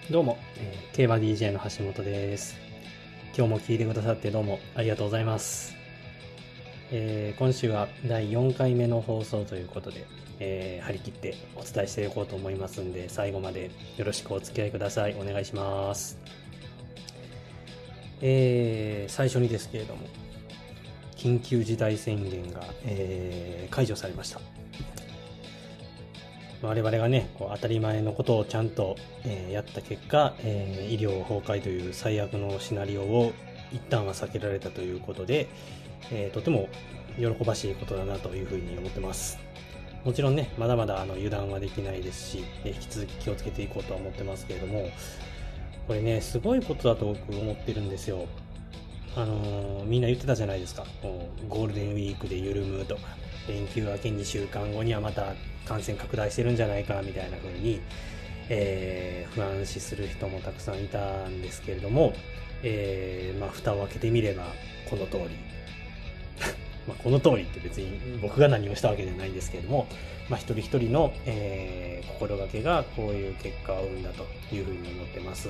どうも、競馬 DJ の橋本です。今日も聞いてくださってどうもありがとうございます。今週は第4回目の放送ということで、張り切ってお伝えしていこうと思いますんで、最後までよろしくお付き合いください。お願いします。最初にですけれども、緊急事態宣言が、解除されました。我々がね、当たり前のことをちゃんと、やった結果、医療崩壊という最悪のシナリオを一旦は避けられたということで、とても喜ばしいことだなというふうに思ってます。もちろんね、まだまだ油断はできないですし、引き続き気をつけていこうとは思ってますけれども、これね、すごいことだと僕思ってるんですよ。みんな言ってたじゃないですか。ゴールデンウィークで緩むとか、連休明け2週間後にはまた感染拡大してるんじゃないかみたいな風に、不安視する人もたくさんいたんですけれども、蓋を開けてみればこの通りこの通りって別に僕が何をしたわけじゃないんですけれども、一人一人の、心がけがこういう結果を生んだというふうに思ってます。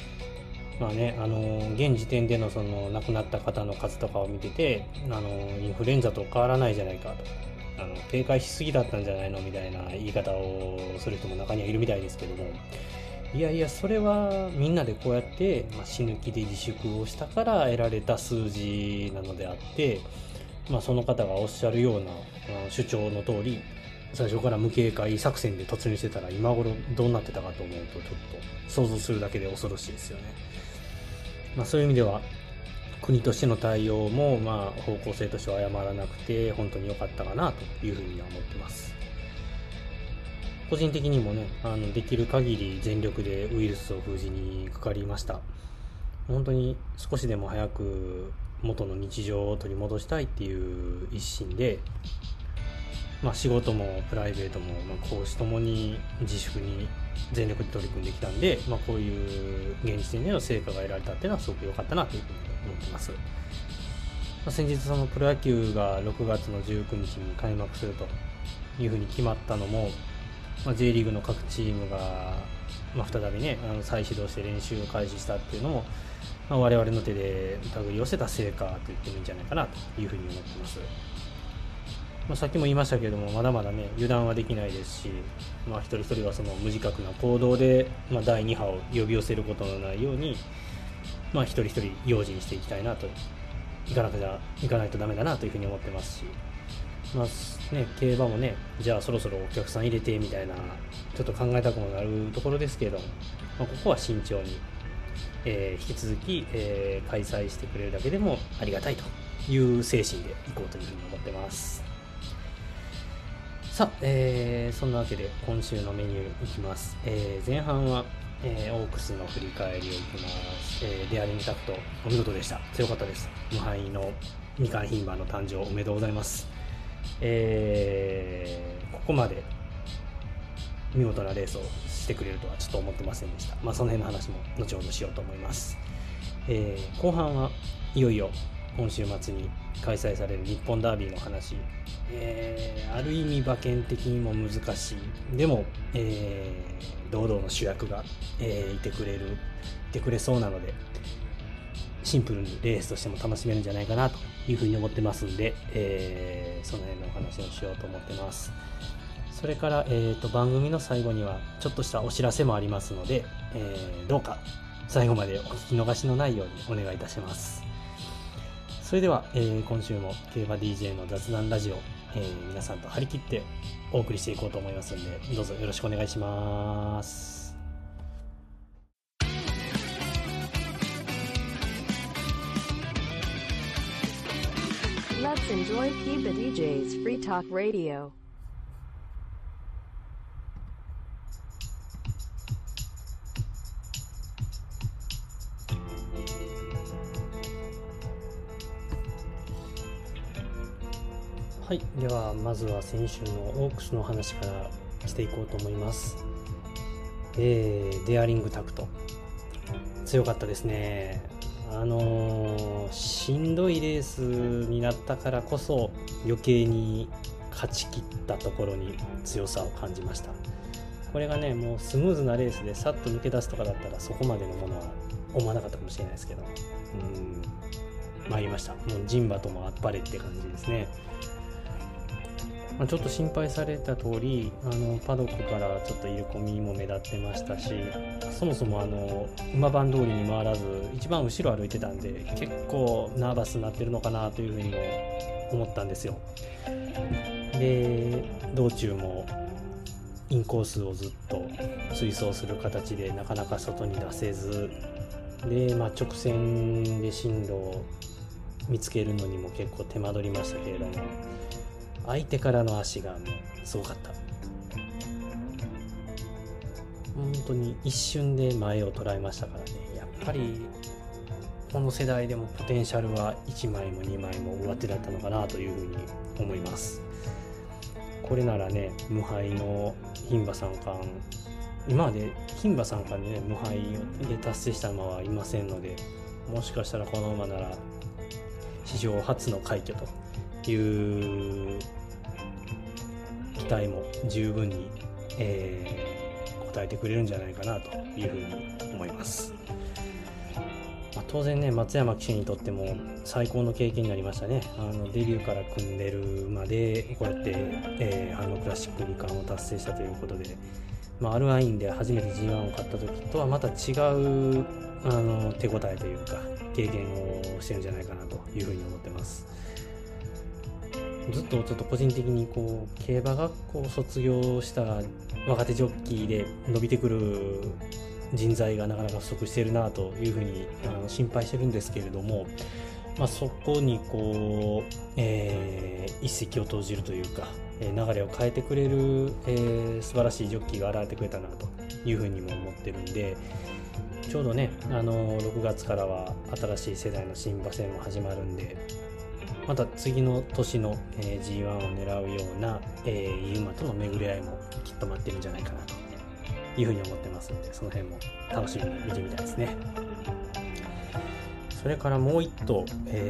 現時点でのその亡くなった方の数とかを見てて、インフルエンザと変わらないじゃないかと、警戒しすぎだったんじゃないのみたいな言い方をする人も中にはいるみたいですけども、いやいや、それはみんなでこうやって、死ぬ気で自粛をしたから得られた数字なのであって、その方がおっしゃるような主張の通り、最初から無警戒作戦で突入してたら今頃どうなってたかと思うと、ちょっと想像するだけで恐ろしいですよね。そういう意味では国としての対応も方向性としては誤らなくて本当に良かったかなというふうには思ってます。個人的にもね、できる限り全力でウイルスを封じにかかりました。本当に少しでも早く元の日常を取り戻したいっていう一心で、仕事もプライベートも公私ともに自粛に全力で取り組んできたんで、こういう現時点での成果が得られたっていうのはすごく良かったなというふうに思ってます。先日そのプロ野球が6月の19日に開幕するというふうに決まったのも、J リーグの各チームが、再びね再始動して練習を開始したっていうのも、我々の手で手繰り寄せた成果と言ってもいいんじゃないかなというふうに思ってます。さっきも言いましたけれども、まだまだね油断はできないですし、一人一人はその無自覚な行動で、第2波を呼び寄せることのないように、一人一人用心していきたいなと、いかないとダメだなというふうに思ってますし、競馬もね、じゃあそろそろお客さん入れてみたいなちょっと考えたくもなるところですけれども、ここは慎重に、引き続き、開催してくれるだけでもありがたいという精神でいこうというふうに思ってます。さあ、そんなわけで今週のメニューいきます。前半は、オークスの振り返りをいきます。デアリングタクトお見事でした。強かったです。無敗のみかん牝馬の誕生おめでとうございます。ここまで見事なレースをしてくれるとはちょっと思ってませんでした。その辺の話も後ほどしようと思います。後半はいよいよ今週末に開催される日本ダービーの話、ある意味馬券的にも難しい、でも、堂々の主役が、いてくれそうなので、シンプルにレースとしても楽しめるんじゃないかなというふうに思ってますんで、その辺のお話をしようと思ってます。それから、番組の最後にはちょっとしたお知らせもありますので、どうか最後までお聞き逃しのないようにお願いいたします。それでは、今週も競馬 DJ の雑談ラジオ、皆さんと張り切ってお送りしていこうと思いますので、どうぞよろしくお願いします。 Let's enjoy Kiba DJ's Free Talk Radio. はい、ではまずは先週のオークスの話からしていこうと思います。デアリングタクト強かったですね。しんどいレースになったからこそ余計に勝ち切ったところに強さを感じました。 これがねもうスムーズなレースでさっと抜け出すとかだったらそこまでのものは思わなかったかもしれないですけど、参りました。もうジンバともあっぱれって感じですね。ちょっと心配された通りパドックからちょっと入れ込みも目立ってましたし、そもそも馬番通りに回らず一番後ろ歩いてたんで結構ナーバスになってるのかなというふうにも思ったんですよ。で道中もインコースをずっと追走する形でなかなか外に出せずで、直線で進路を見つけるのにも結構手間取りましたけれども、相手からの足がすごかった。本当に一瞬で前を捉えましたからね。やっぱりこの世代でもポテンシャルは1枚も2枚も上手だったのかなというふうに思います。これならね無敗の牝馬三冠、今まで牝馬三冠でね無敗で達成した馬はいませんので、もしかしたらこの馬なら史上初の快挙という期待も十分に、応えてくれるんじゃないかなというふうに思います。当然ね松山騎手にとっても最高の経験になりましたね。デビューから組んでるまでこうやって、ハンノクラシック2冠を達成したということで、アルアインで初めて G1 を勝った時とはまた違う手応えというか経験をしてるんじゃないかなというふうに思ってます。ずっとちょっと個人的に競馬学校を卒業した若手ジョッキーで伸びてくる人材がなかなか不足しているなというふうに心配してるんですけれども、そこに一石を投じるというか流れを変えてくれる、素晴らしいジョッキーが現れてくれたなというふうにも思ってるんで、ちょうどね6月からは新しい世代の新馬戦も始まるんで、また次の年の、G1 を狙うような、いい馬との巡り合いもきっと待ってるんじゃないかなというふうに思ってますので、その辺も楽しみに見てみたいですね。それからもう一頭、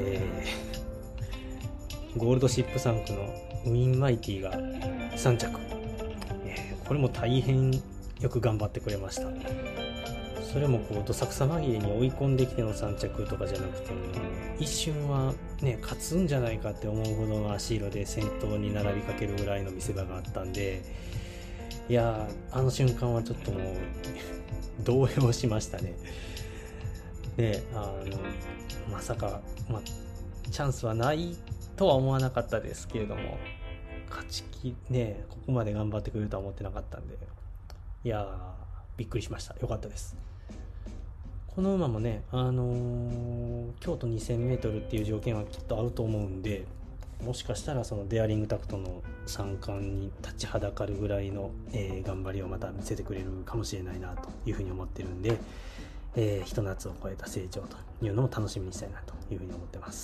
ゴールドシップ3区のウィンマイティが3着、これも大変よく頑張ってくれました。それもどさくさ紛れに追い込んできての3着とかじゃなくて、一瞬はね勝つんじゃないかって思うほどの足色で先頭に並びかけるぐらいの見せ場があったんで、いやあの瞬間はちょっともう動揺しましたね。でまさか、チャンスはないとは思わなかったですけれども、勝ちきねここまで頑張ってくれるとは思ってなかったんで、いやびっくりしました。よかったです。この馬もね、京都 2000m っていう条件はきっと合うと思うんで、もしかしたらそのデアリングタクトの3冠に立ちはだかるぐらいの、頑張りをまた見せてくれるかもしれないなというふうに思ってるんで、ひと夏を超えた成長というのも楽しみにしたいなというふうに思ってます。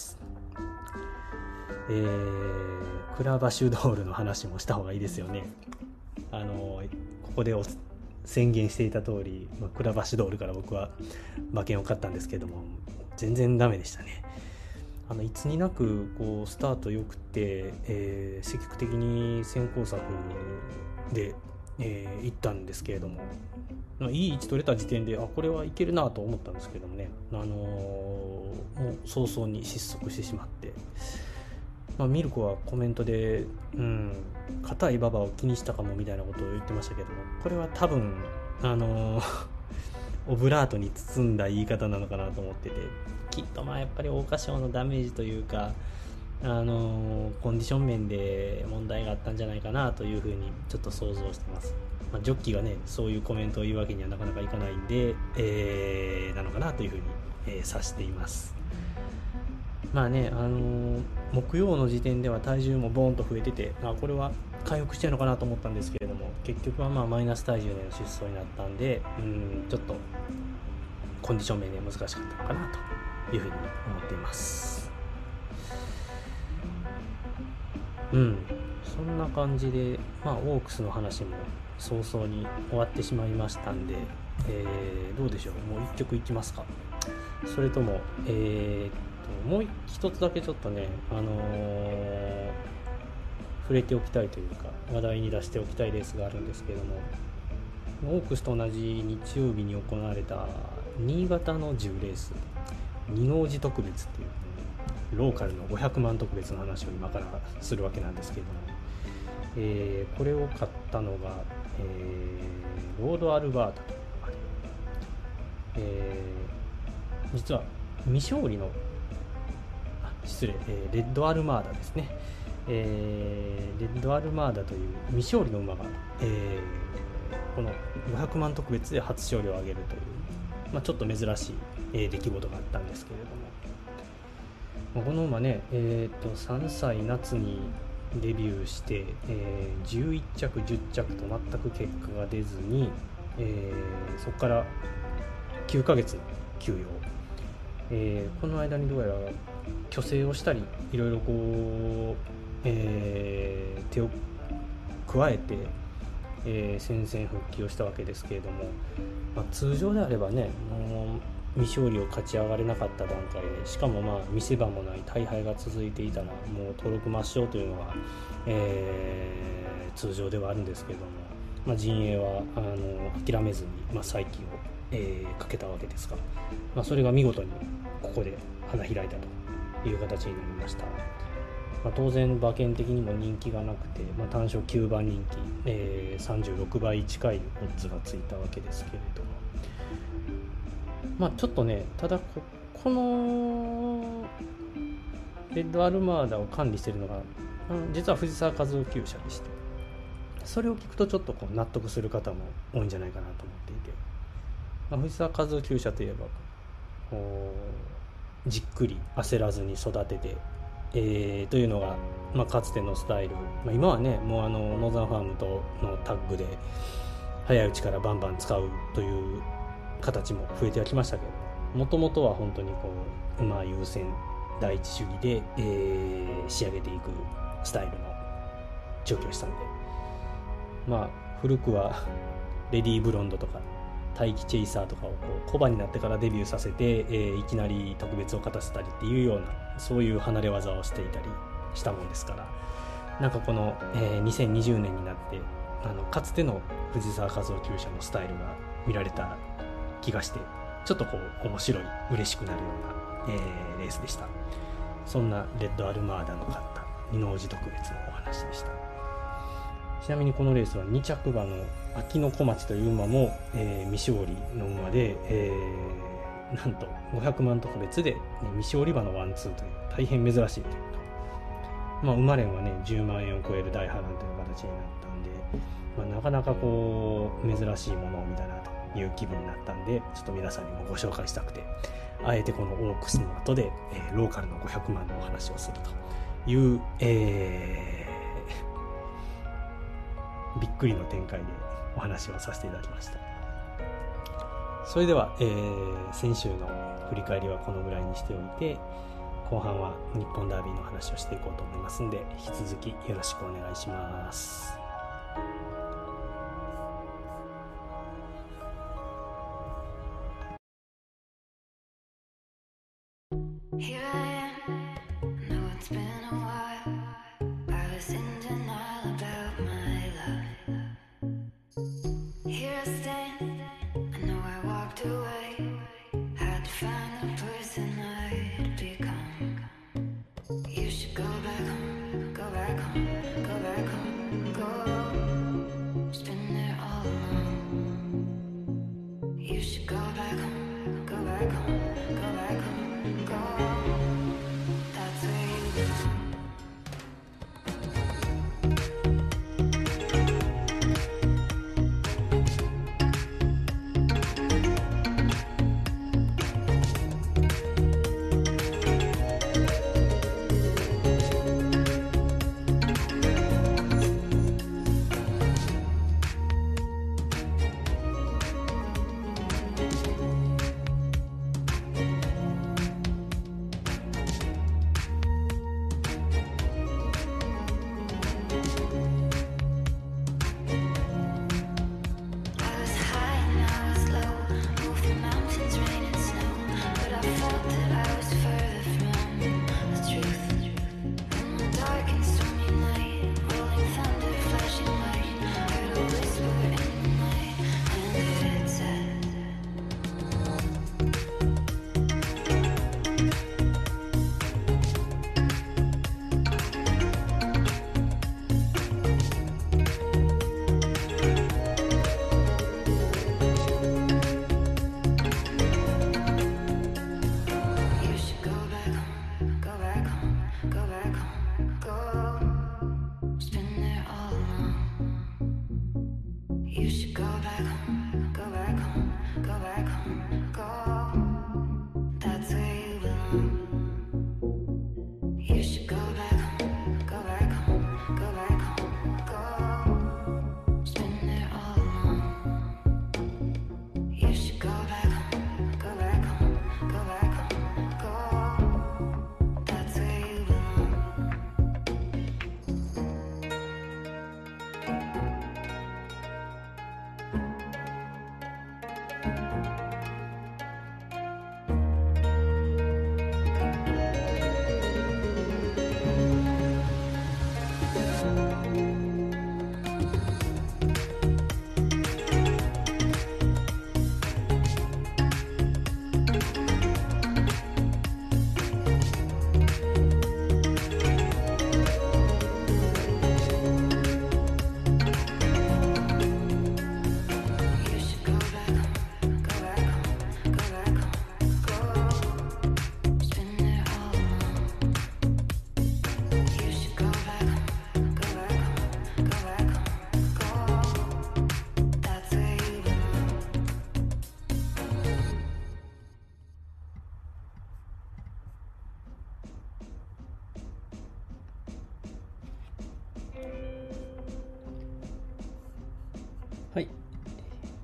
クラバシュドールの話もした方がいいですよね。ここで宣言していた通り、クラバシュドールから僕は馬券を買ったんですけども全然ダメでしたね。いつになくスタート良くて、積極的に先行策で、行ったんですけれども、いい位置取れた時点でこれはいけるなと思ったんですけどもね、もう早々に失速してしまって、ミルコはコメントで硬い馬場を気にしたかもみたいなことを言ってましたけども、これは多分オブラートに包んだ言い方なのかなと思ってて、きっとやっぱり桜花賞のダメージというかコンディション面で問題があったんじゃないかなというふうにちょっと想像してます。ジョッキーがねそういうコメントを言うわけにはなかなかいかないんで、なのかなというふうに、察しています。木曜の時点では体重もボーンと増えてて、これは回復してるのかなと思ったんですけれども、結局はマイナス体重での出走になったんで、ちょっとコンディション面で難しかったのかなというふうに思っています。そんな感じで、オークスの話も早々に終わってしまいましたんで、どうでしょう、もう一曲いきますか。それとも、もう一つだけちょっとね、触れておきたいというか話題に出しておきたいレースがあるんですけども、 オークスと同じ日曜日に行われた新潟の10レース、二王子特別っていう、ローカルの500万特別の話を今からするわけなんですけれども、これを買ったのが、ロードアルバータというのが実は未勝利のレッドアルマーダですね、レッドアルマーダという未勝利の馬が、この500万特別で初勝利を挙げるという、ちょっと珍しい、出来事があったんですけれども、この馬ね、3歳夏にデビューして、11着10着と全く結果が出ずに、そこから9ヶ月の休養、この間にどうやら去勢をしたりいろいろこう、手を加えて、戦線復帰をしたわけですけれども、通常であればね、もう未勝利を勝ち上がれなかった段階で、しかも見せ場もない大敗が続いていたらもう登録抹消というのが、通常ではあるんですけれども、陣営は諦めずに、再起を、かけたわけですが、それが見事にここで花開いたという形になりました。当然馬券的にも人気がなくて、単勝9番人気、36倍近いオッズがついたわけですけれども、ちょっとね、ただこのレッドアルマーダを管理しているのが実は藤沢和夫厩舎でして、それを聞くとちょっと納得する方も多いんじゃないかなと思っていて、藤沢和夫厩舎といえばじっくり焦らずに育てて、というのが、かつてのスタイル、今はねもうノーザンファームとのタッグで早いうちからバンバン使うという形も増えてはきましたけど、もともとは本当に馬優先第一主義で、仕上げていくスタイルの調教師さんで、古くはレディーブロンドとか大気チェイサーとかを小馬になってからデビューさせて、いきなり特別を勝たせたりっていうような、そういう離れ技をしていたりしたもんですから、この、2020年になってかつての藤沢和夫厩舎のスタイルが見られた気がして、ちょっと面白い、嬉しくなるような、レースでした。そんなレッドアルマーダの勝った二王子特別のお話でした。ちなみにこのレースは2着馬の秋の小町という馬も、未勝利の馬で、なんと500万特別で、未勝利馬のワンツーという大変珍しい結果、馬連はね10万円を超える大波乱という形になったんで、なかなか珍しいものを見たなという気分になったんで、ちょっと皆さんにもご紹介したくて、あえてこのオークスの後で、ローカルの500万のお話をするという、びっくりの展開でお話をさせていただきました。それでは、先週の振り返りはこのぐらいにしておいて、後半は日本ダービーの話をしていこうと思いますので、引き続きよろしくお願いします。Here I am, know it's been a while. I was in denial about my life. Here I stand, I know I walked away. Had to find the person I'd become. You should go back home, go back home, go back home, go. Just been there all alone. You should go back home, go back home, go back home, go. That's where you belong.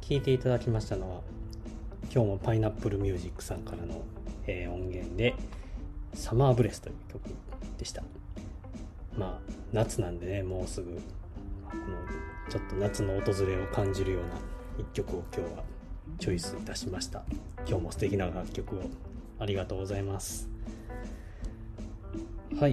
聴いていただきましたのは、今日もパイナップルミュージックさんからの、音源でサマーブレスという曲でした。まあ夏なんでね、もうすぐこのちょっと夏の訪れを感じるような一曲を今日はチョイスいたしました。今日も素敵な楽曲をありがとうございます。はい、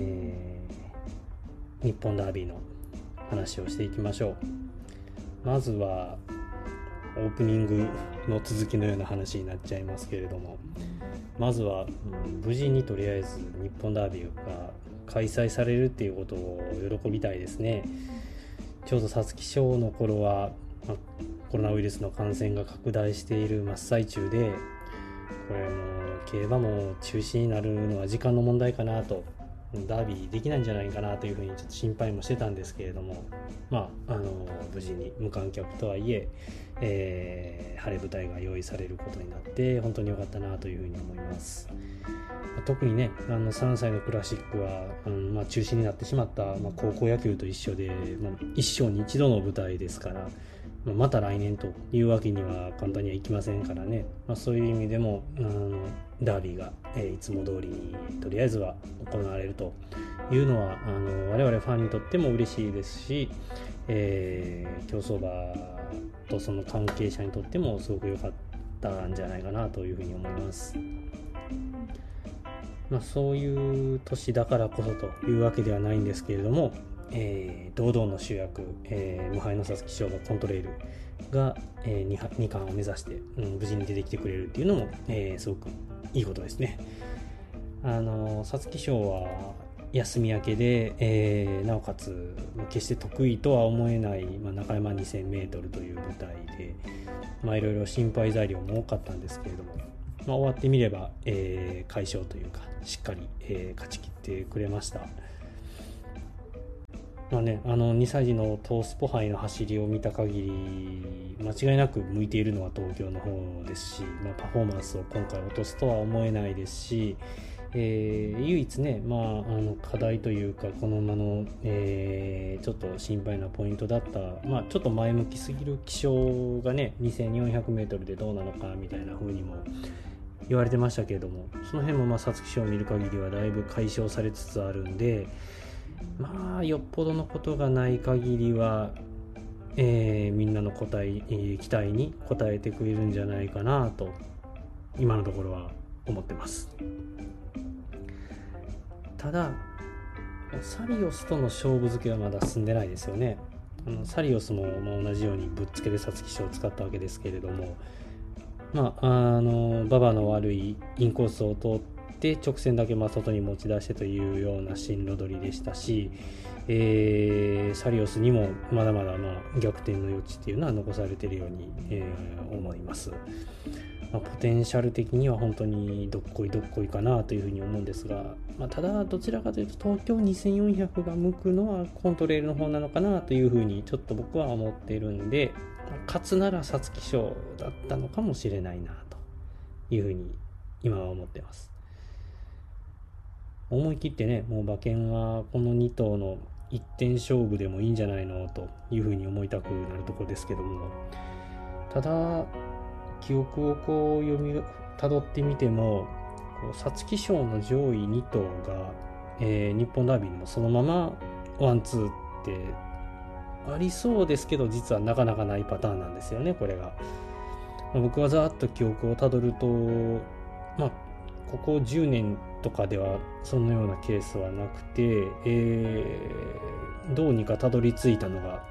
日本ダービーの話をしていきましょう。まずはオープニングの続きのような話になっちゃいますけれども、まずは、無事にとりあえず日本ダービーが開催されるっていうことを喜びたいですね。ちょうど皐月賞の頃は、コロナウイルスの感染が拡大している真っ最中で、これも競馬も中止になるのは時間の問題かなと、ダービーできないんじゃないかなというふうにちょっと心配もしてたんですけれども、無事に無観客とはいえ晴れ舞台が用意されることになって本当に良かったなというふうに思います。特にね、3歳のクラシックは、中止になってしまった、高校野球と一緒で、一生に一度の舞台ですから、また来年というわけには簡単にはいきませんからね、そういう意味でもダービーが、いつも通りにとりあえずは行われるというのは我々ファンにとっても嬉しいですし、競走馬とその関係者にとってもすごく良かったんじゃないかなというふうに思います。そういう年だからこそというわけではないんですけれども、堂々の主役、無敗の皐月賞のコントレイルが、2冠を目指して、無事に出てきてくれるっていうのも、すごくいいことですね。皐月賞は休み明けで、なおかつ決して得意とは思えない、中山 2000m という舞台で、いろいろ心配材料も多かったんですけれども、終わってみれば、快勝というかしっかり、勝ち切ってくれました。2歳児のトースポ杯の走りを見た限り間違いなく向いているのは東京の方ですし、パフォーマンスを今回落とすとは思えないですし、唯一ね、課題というかこの馬の、ちょっと心配なポイントだった、ちょっと前向きすぎる気象がね 2400m でどうなのかみたいな風にも言われてましたけれども、その辺も皐月賞を見る限りはだいぶ解消されつつあるんで、よっぽどのことがない限りは、みんなの期待に応えてくれるんじゃないかなと今のところは思ってます。ただサリオスとの勝負付けはまだ進んでないですよね。サリオスも同じようにぶっつけで皐月賞を使ったわけですけれども、馬場の悪いインコースを通って直線だけ外に持ち出してというような進路取りでしたし、サリオスにもまだまだ逆転の余地っていうのは残されているように、思います。ポテンシャル的には本当にどっこいかなというふうに思うんですが、ただどちらかというと東京2400が向くのはコントレールの方なのかなというふうにちょっと僕は思っているんで、勝つなら皐月賞だったのかもしれないなというふうに今は思っています。思い切ってね、もう馬券はこの2頭の一点勝負でもいいんじゃないのというふうに思いたくなるところですけども、ただ記憶を辿ってみても皐月賞の上位2頭が、日本ダービーにもそのままワンツーってありそうですけど、実はなかなかないパターンなんですよね、これが。僕はざーっと記憶をたどると、ここ10年とかではそのようなケースはなくて、どうにかたどり着いたのが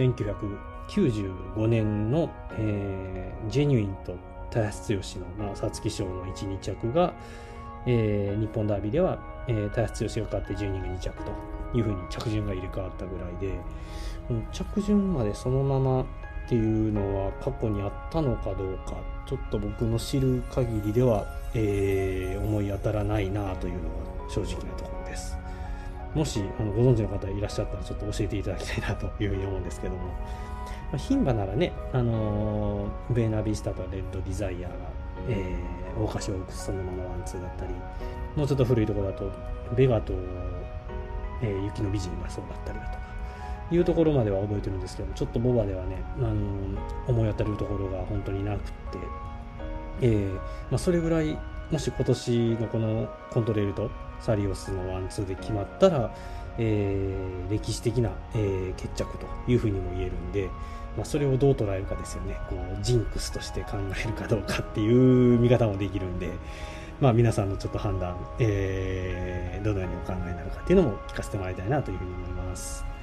1995年の、ジェニュインと田安剛の皐月賞の 1,2 着が、日本ダービーでは、田安剛が勝ってジェニュインが2着というふうに着順が入れ替わったぐらいで、着順までそのままっていうのは過去にあったのかどうか、ちょっと僕の知る限りでは、思い当たらないなというのが正直なところです。もしご存知の方いらっしゃったらちょっと教えていただきたいなというふうに思うんですけども、牝馬ならね、ベーナビスタとレッドディザイアが、桜花賞オークスそのままワンツーだったり、もうちょっと古いところだとベガと、雪の美人がそうだったりだとか、 いうところまでは覚えてるんですけども、ちょっとボバではね、思い当たるところが本当になくて、それぐらいもし今年のこのコントレールとサリオスのワンツーで決まったら、歴史的な、決着というふうにも言えるんで、それをどう捉えるかですよね。こうジンクスとして考えるかどうかっていう見方もできるんで、皆さんのちょっと判断、どのようにお考えになるかっていうのも聞かせてもらいたいなというふうに思います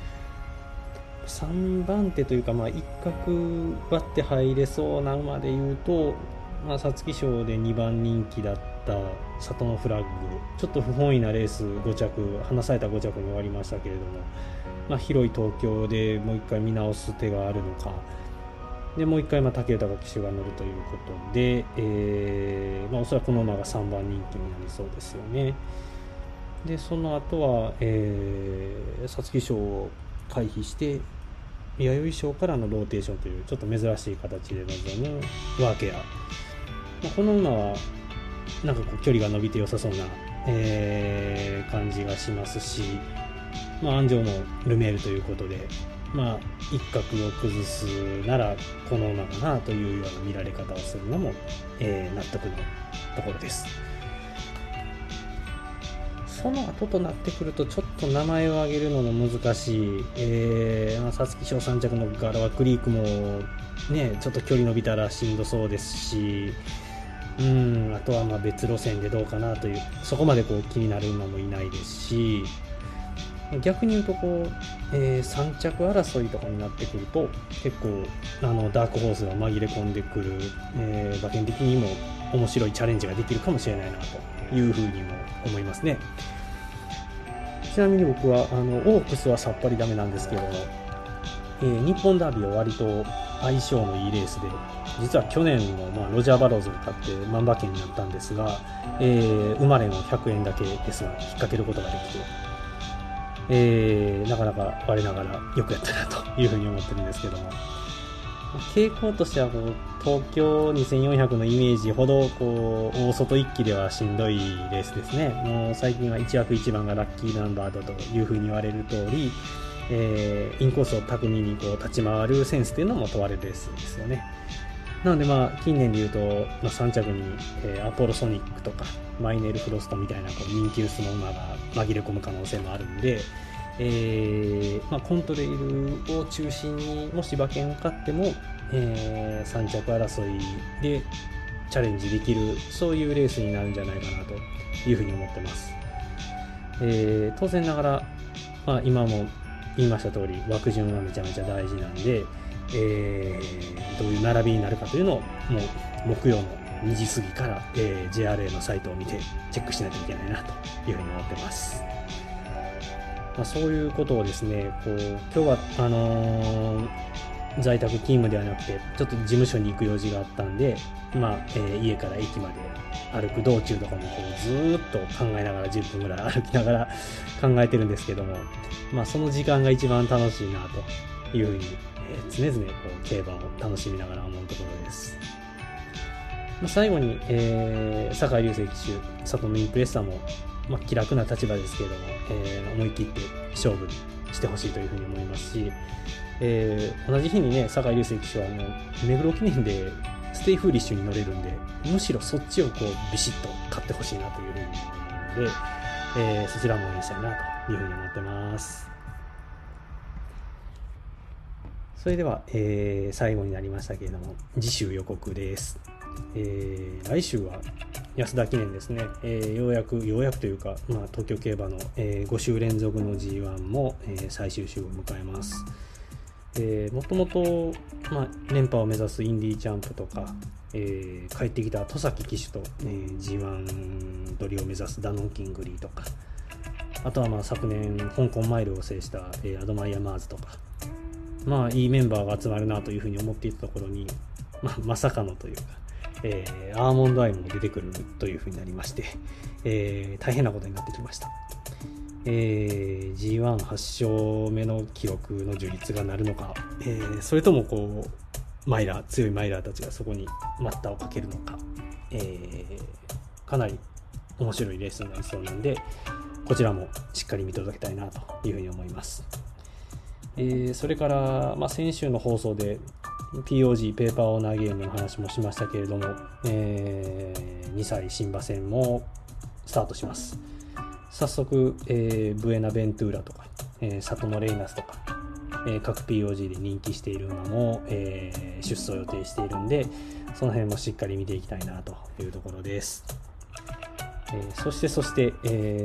。3番手というか、一角割って入れそうな馬でいうと、皐月賞で2番人気だった里のフラッグ、ちょっと不本意なレース5着、離された5着に終わりましたけれども、広い東京でもう一回見直す手があるのか、でもう一回竹豊騎手が乗るということで、おそらくこの馬が3番人気になりそうですよね。でその後は皐月賞を回避して弥生賞からのローテーションというちょっと珍しい形で臨むワーケア、この馬はなんかこう距離が伸びて良さそうな、感じがしますし、安城のルメールということで、一角を崩すならこの馬かなというような見られ方をするのも、納得のところです。その後となってくるとちょっと名前を挙げるのも難しい、皐月賞3着のガラワクリークもねちょっと距離伸びたらしんどそうですし、あとは別路線でどうかなという、そこまでこう気になる馬もいないですし、逆に言うと3着争いとかになってくると結構ダークホースが紛れ込んでくる、馬券的にも面白いチャレンジができるかもしれないなというふうにも思いますね。ちなみに僕はオークスはさっぱりダメなんですけども、日本ダービーは割と相性のいいレースで、実は去年の、ロジャー・バローズが勝って万馬券になったんですが、生まれの100円だけですが引っ掛けることができて、なかなか我ながらよくやったなというふうに思ってるんですけども、傾向としては東京2400のイメージほど大外一気ではしんどいレースですね。もう最近は1枠1番がラッキーナンバーだというふうに言われる通り、インコースを巧みに立ち回るセンスというのも問われるレースですよね。なので近年でいうと、3着に、アポロソニックとかマイネルフロストみたいな人気薄の馬が紛れ込む可能性もあるんで、コントレイルを中心にもし馬券を買っても、3着争いでチャレンジできる、そういうレースになるんじゃないかなというふうに思ってます。当然ながら、今も言いました通り枠順はめちゃめちゃ大事なんで、どういう並びになるかというのをもう木曜の2時過ぎから、JRA のサイトを見てチェックしないといけないなというふうに思ってます。そういうことをですね、今日は在宅勤務ではなくてちょっと事務所に行く用事があったんで、家から駅まで歩く道中とかもずーっと考えながら10分ぐらい歩きながら考えてるんですけども、その時間が一番楽しいなというふうに、常々競馬を楽しみながら思うところです。最後に、酒井隆成騎手、佐藤のインプレッサーも気楽な立場ですけれども、思い切って勝負してほしいというふうに思いますし、同じ日にね酒井隆成騎手は目黒記念でステイフーリッシュに乗れるんで、むしろそっちをビシッと勝ってほしいなというふうに思うので、そちらも応援したいなというふうに思ってます。それでは、最後になりましたけれども、次週予告です。来週は安田記念ですね。ようやくというか、東京競馬の、5週連続の G1 も、最終週を迎えます。もともと連覇を目指すインディーチャンプとか、帰ってきた戸崎騎手と、G1 取りを目指すダノンキングリーとか、あとは昨年香港マイルを制した、アドマイヤマーズとか、いいメンバーが集まるなというふうに思っていたところに、まさかのというか、アーモンドアイも出てくるというふうになりまして、大変なことになってきました。G18 勝目の記録の樹立がなるのか、それとも強いマイラーたちがそこに待ったをかけるのか、かなり面白いレースになりそうなんで、こちらもしっかり見届けたいなというふうに思います。 それから、先週の放送で POG ペーパーオーナーゲームの話もしましたけれども、2歳新馬戦もスタートします。早速、ブエナベントゥーラとか、サトノレイナスとか、各 POG で人気している馬も、出走予定しているんで、その辺もしっかり見ていきたいなというところです。そして、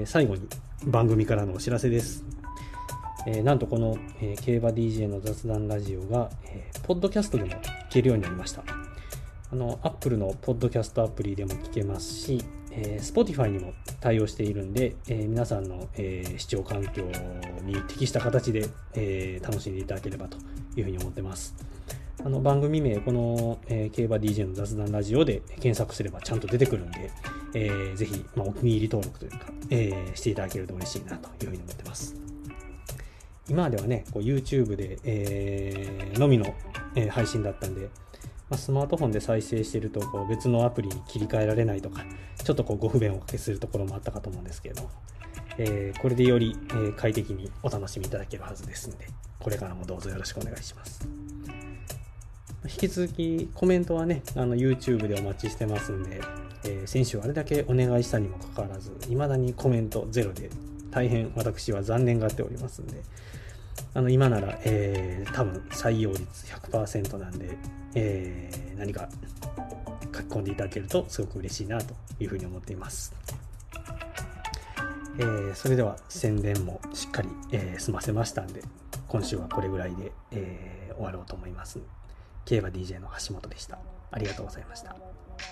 最後に番組からのお知らせです。なんとこの、競馬 DJ の雑談ラジオが、ポッドキャストでも聞けるようになりました。Apple のポッドキャストアプリでも聞けますし、Spotify にも対応しているんで、皆さんの、視聴環境に適した形で、楽しんでいただければというふうに思ってます。番組名この、競馬 DJ の雑談ラジオで検索すればちゃんと出てくるんで、ぜひ、お気に入り登録というか、していただけると嬉しいなというふうに思ってます。今まではね、YouTube で、のみの、配信だったんで、スマートフォンで再生していると別のアプリに切り替えられないとか、ちょっとご不便をおかけするところもあったかと思うんですけれども、これでより、快適にお楽しみいただけるはずですので、これからもどうぞよろしくお願いします。引き続きコメントはね、YouTube でお待ちしてますんで、先週あれだけお願いしたにもかかわらず、未だにコメントゼロで大変私は残念がっておりますんで、今なら、多分採用率 100% なんで、何か書き込んでいただけるとすごく嬉しいなというふうに思っています。それでは宣伝もしっかり、済ませましたんで、今週はこれぐらいで、終わろうと思います。競馬 DJ の橋本でした。ありがとうございました。